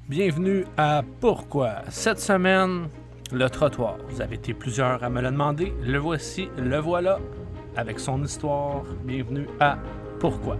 Bienvenue à Pourquoi. Cette semaine, le trottoir. Vous avez été plusieurs à me le demander. Le voici, le voilà, avec son histoire. Bienvenue à Pourquoi.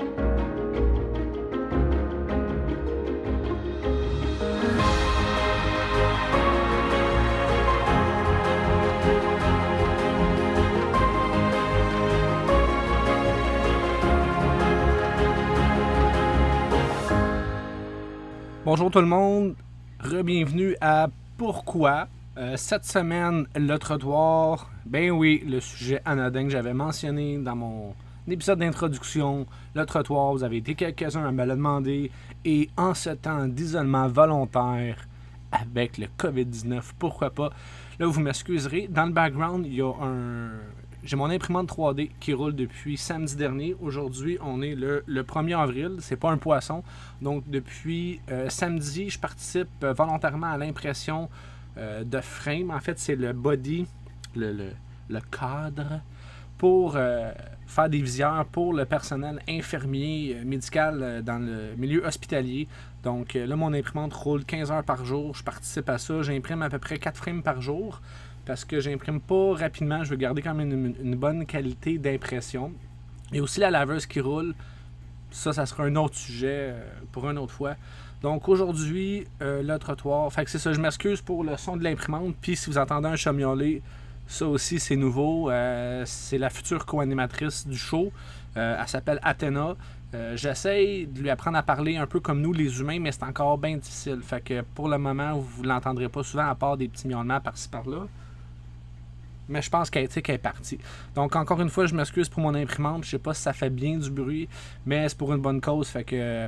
Bonjour tout le monde, re-bienvenue à Pourquoi. Cette semaine, le trottoir, ben oui, le sujet anodin que j'avais mentionné dans mon épisode d'introduction, le trottoir, vous avez été quelques-uns à me le demander, et en ce temps d'isolement volontaire avec le COVID-19, pourquoi pas, là vous m'excuserez, dans le background, il y a j'ai mon imprimante 3D qui roule depuis samedi dernier. Aujourd'hui, on est le 1er avril. C'est pas un poisson. Donc, depuis samedi, je participe volontairement à l'impression de frame. En fait, c'est le body, le cadre, pour faire des visières pour le personnel infirmier médical dans le milieu hospitalier. Donc, là, mon imprimante roule 15 heures par jour. Je participe à ça. J'imprime à peu près 4 frames par jour. Parce que j'imprime pas rapidement, je veux garder quand même une bonne qualité d'impression. Et aussi la laveuse qui roule, ça sera un autre sujet pour une autre fois. Donc aujourd'hui, le trottoir, fait que c'est ça, je m'excuse pour le son de l'imprimante, puis si vous entendez un chat miauler, ça aussi c'est nouveau, c'est la future co-animatrice du show, elle s'appelle Athéna. J'essaye de lui apprendre à parler un peu comme nous les humains, mais c'est encore bien difficile, fait que pour le moment, vous ne l'entendrez pas souvent à part des petits miaulements par-ci par-là. Mais je pense qu'elle est partie. Donc, encore une fois, je m'excuse pour mon imprimante. Je sais pas si ça fait bien du bruit, mais c'est pour une bonne cause. Fait que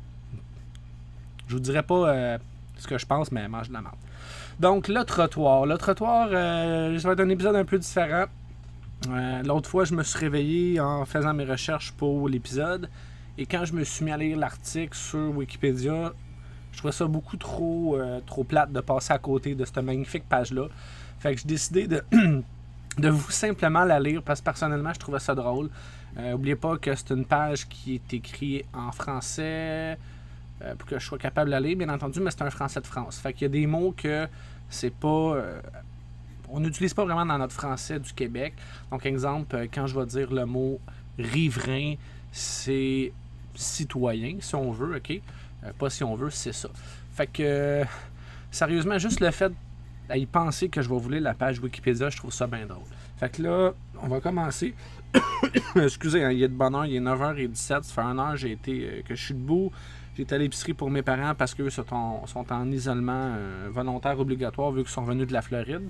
je vous dirai pas ce que je pense, mais mange de la merde. Donc, le trottoir. Le trottoir, ça va être un épisode un peu différent. L'autre fois, je me suis réveillé en faisant mes recherches pour l'épisode. Et quand je me suis mis à lire l'article sur Wikipédia, je trouvais ça beaucoup trop plate de passer à côté de cette magnifique page-là. Fait que j'ai décidé de vous simplement la lire parce que personnellement, je trouvais ça drôle. N'oubliez pas que c'est une page qui est écrite en français pour que je sois capable de la lire, bien entendu, mais c'est un français de France. Fait qu'il y a des mots que c'est pas... on n'utilise pas vraiment dans notre français du Québec. Donc, exemple, quand je vais dire le mot riverain, c'est citoyen, si on veut, OK? Pas si on veut, c'est ça. Fait que, sérieusement, juste le fait à y penser que je vais vous lire la page Wikipédia, je trouve ça bien drôle. Fait que là, on va commencer. Excusez, hein, il est de bonne heure, il est 9h17, ça fait 1 heure que je suis debout. J'étais à l'épicerie pour mes parents parce qu'eux sont en isolement volontaire obligatoire vu qu'ils sont revenus de la Floride.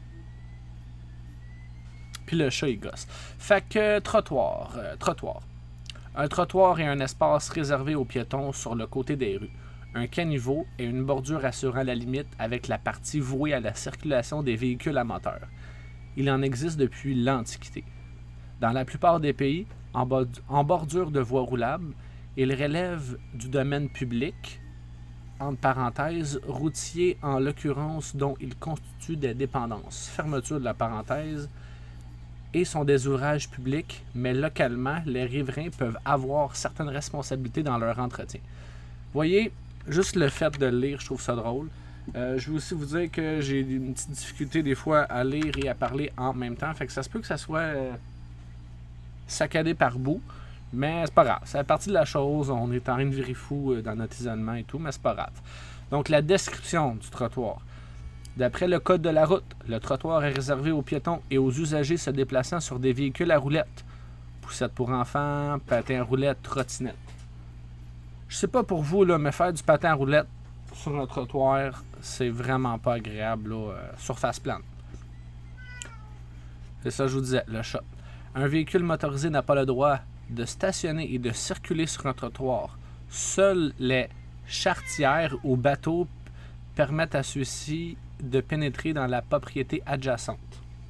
Puis le chat, il gosse. Fait que, trottoir. Un trottoir est un espace réservé aux piétons sur le côté des rues. Un caniveau et une bordure assurant la limite avec la partie vouée à la circulation des véhicules à moteur. Il en existe depuis l'Antiquité. Dans la plupart des pays, en bordure de voies roulables, il relève du domaine public, entre parenthèses, routier en l'occurrence dont il constitue des dépendances, fermeture de la parenthèse, et sont des ouvrages publics, mais localement, les riverains peuvent avoir certaines responsabilités dans leur entretien. Voyez, juste le fait de le lire, je trouve ça drôle. Je veux aussi vous dire que j'ai une petite difficulté des fois à lire et à parler en même temps. Fait que ça se peut que ça soit saccadé par bout. Mais c'est pas grave. C'est la partie de la chose. On est en train de virer fou dans notre isolement et tout, mais c'est pas grave. Donc la description du trottoir. D'après le code de la route, le trottoir est réservé aux piétons et aux usagers se déplaçant sur des véhicules à roulettes. Poussette pour enfants, patin à roulettes, trottinette. Je sais pas pour vous, là, mais faire du patin à roulettes sur un trottoir, c'est vraiment pas agréable, là, surface plane. C'est ça que je vous disais, le chat. Un véhicule motorisé n'a pas le droit de stationner et de circuler sur un trottoir. Seules les charretières ou bateaux permettent à ceux-ci de pénétrer dans la propriété adjacente.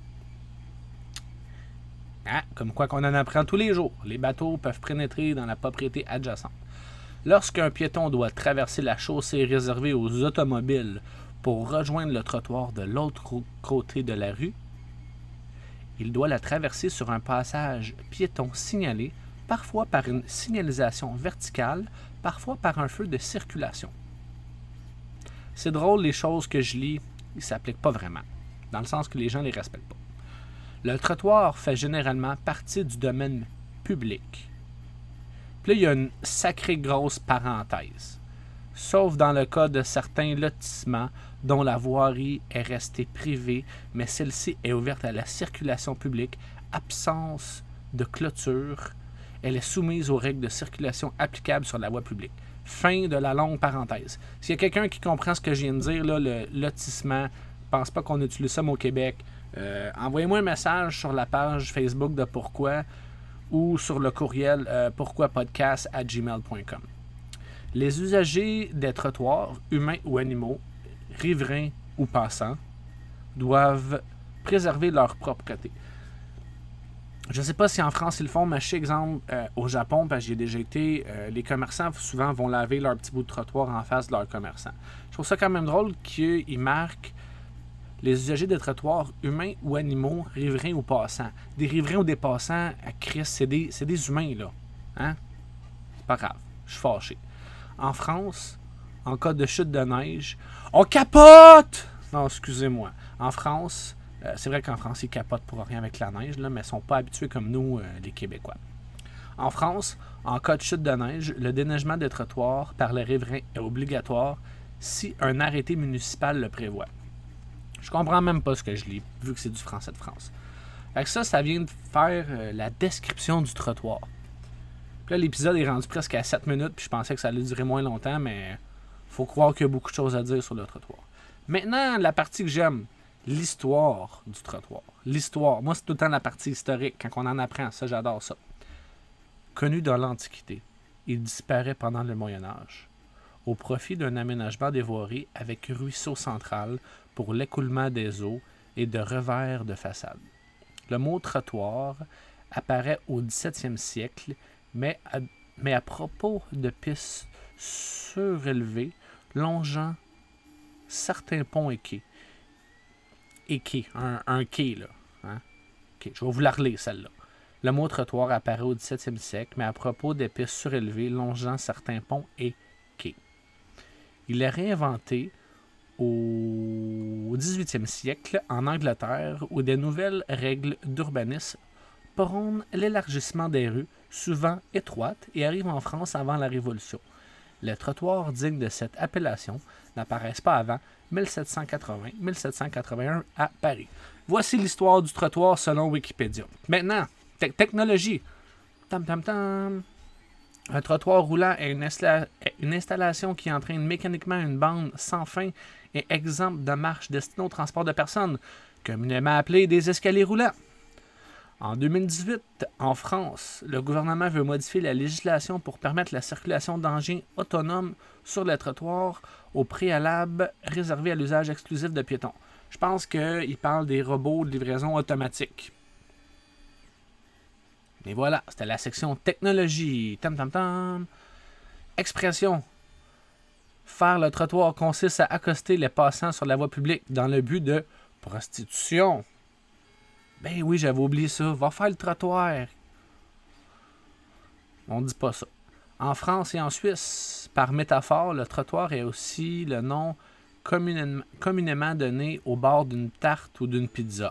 Comme quoi qu'on en apprend tous les jours. Les bateaux peuvent pénétrer dans la propriété adjacente. Lorsqu'un piéton doit traverser la chaussée réservée aux automobiles pour rejoindre le trottoir de l'autre côté de la rue, il doit la traverser sur un passage piéton signalé, parfois par une signalisation verticale, parfois par un feu de circulation. C'est drôle, les choses que je lis, ils ne s'appliquent pas vraiment, dans le sens que les gens ne les respectent pas. Le trottoir fait généralement partie du domaine public. Puis là, il y a une sacrée grosse parenthèse. Sauf dans le cas de certains lotissements dont la voirie est restée privée, mais celle-ci est ouverte à la circulation publique, absence de clôture, elle est soumise aux règles de circulation applicables sur la voie publique. Fin de la longue parenthèse. S'il y a quelqu'un qui comprend ce que je viens de dire, là, le lotissement, je ne pense pas qu'on utilise ça au Québec, envoyez-moi un message sur la page Facebook de Pourquoi ou sur le courriel pourquoipodcast@gmail.com. Les usagers des trottoirs, humains ou animaux, riverains ou passants, doivent préserver leur propreté. Je ne sais pas si en France ils le font, mais je sais, exemple, au Japon, parce que j'y ai déjà été, les commerçants souvent vont laver leur petit bout de trottoir en face de leurs commerçants. Je trouve ça quand même drôle qu'ils marquent les usagers des trottoirs, humains ou animaux, riverains ou passants. Des riverains ou des passants, à Christ, c'est des humains, là. Hein? C'est pas grave, je suis fâché. En France, en cas de chute de neige, on capote! Non, excusez-moi. En France, c'est vrai qu'en France, ils capotent pour rien avec la neige, là, mais ils ne sont pas habitués comme nous, les Québécois. En France, en cas de chute de neige, le déneigement des trottoirs par les riverains est obligatoire si un arrêté municipal le prévoit. Je comprends même pas ce que je lis, vu que c'est du français de France. Fait que ça vient de faire la description du trottoir. Puis là, l'épisode est rendu presque à 7 minutes, puis je pensais que ça allait durer moins longtemps, mais faut croire qu'il y a beaucoup de choses à dire sur le trottoir. Maintenant, la partie que j'aime, l'histoire du trottoir. L'histoire, moi c'est tout le temps la partie historique, quand on en apprend, ça j'adore ça. Connu dans l'Antiquité, il disparaît pendant le Moyen-Âge, au profit d'un aménagement des voiries avec ruisseau central pour l'écoulement des eaux et de revers de façade. Le mot trottoir apparaît au XVIIe siècle, mais à propos de pistes surélevées longeant certains ponts et quais. Et quai, un quai, là. Hein? Okay, je vais vous la relire, celle-là. Le mot trottoir apparaît au XVIIe siècle, mais à propos des pistes surélevées longeant certains ponts et quais. Il est réinventé au XVIIIe siècle en Angleterre, où des nouvelles règles d'urbanisme prônent l'élargissement des rues, souvent étroites, et arrivent en France avant la Révolution. Les trottoirs dignes de cette appellation n'apparaissent pas avant 1780-1781 à Paris. Voici l'histoire du trottoir selon Wikipédia. Maintenant, technologie. Tam tam tam. Un trottoir roulant est une installation qui entraîne mécaniquement une bande sans fin et exempte de marche destinée au transport de personnes, communément appelée des escaliers roulants. En 2018, en France, le gouvernement veut modifier la législation pour permettre la circulation d'engins autonomes sur les trottoirs au préalable réservé à l'usage exclusif de piétons. Je pense qu'il parle des robots de livraison automatique. Et voilà, c'était la section technologie. Tam tam tam. Expression. Faire le trottoir consiste à accoster les passants sur la voie publique dans le but de prostitution. Ben oui, j'avais oublié ça. Va faire le trottoir. On dit pas ça. En France et en Suisse, par métaphore, le trottoir est aussi le nom communément donné au bord d'une tarte ou d'une pizza.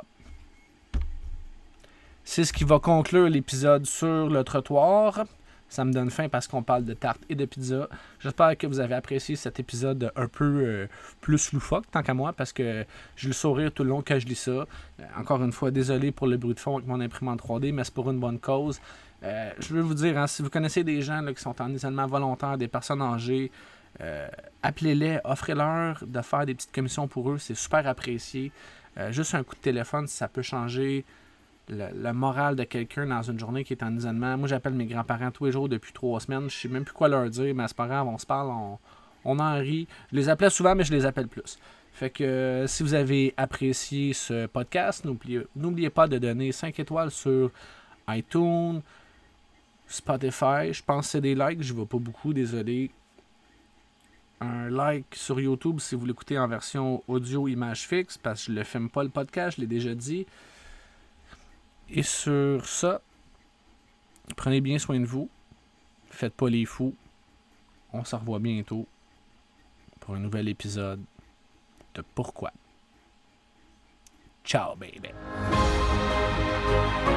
C'est ce qui va conclure l'épisode sur le trottoir. Ça me donne faim parce qu'on parle de tarte et de pizza. J'espère que vous avez apprécié cet épisode un peu plus loufoque, tant qu'à moi, parce que j'ai le sourire tout le long que je lis ça. Encore une fois, désolé pour le bruit de fond avec mon imprimante 3D, mais c'est pour une bonne cause. Je veux vous dire, si vous connaissez des gens là, qui sont en isolement volontaire, des personnes âgées, appelez-les, offrez-leur de faire des petites commissions pour eux. C'est super apprécié. Juste un coup de téléphone, ça peut changer le moral de quelqu'un dans une journée qui est en isolement. Moi, j'appelle mes grands-parents tous les jours depuis 3 semaines. Je sais même plus quoi leur dire, mais c'est pas grave, on se parle, on en rit. Je les appelais souvent, mais je les appelle plus. Fait que si vous avez apprécié ce podcast, n'oubliez pas de donner 5 étoiles sur iTunes, Spotify. Je pense que c'est des likes, je ne vois pas beaucoup, désolé. Un like sur YouTube si vous l'écoutez en version audio image fixe, parce que je ne le filme pas le podcast, je l'ai déjà dit. Et sur ça, prenez bien soin de vous. Faites pas les fous. On se revoit bientôt pour un nouvel épisode de pourquoi. Ciao, baby.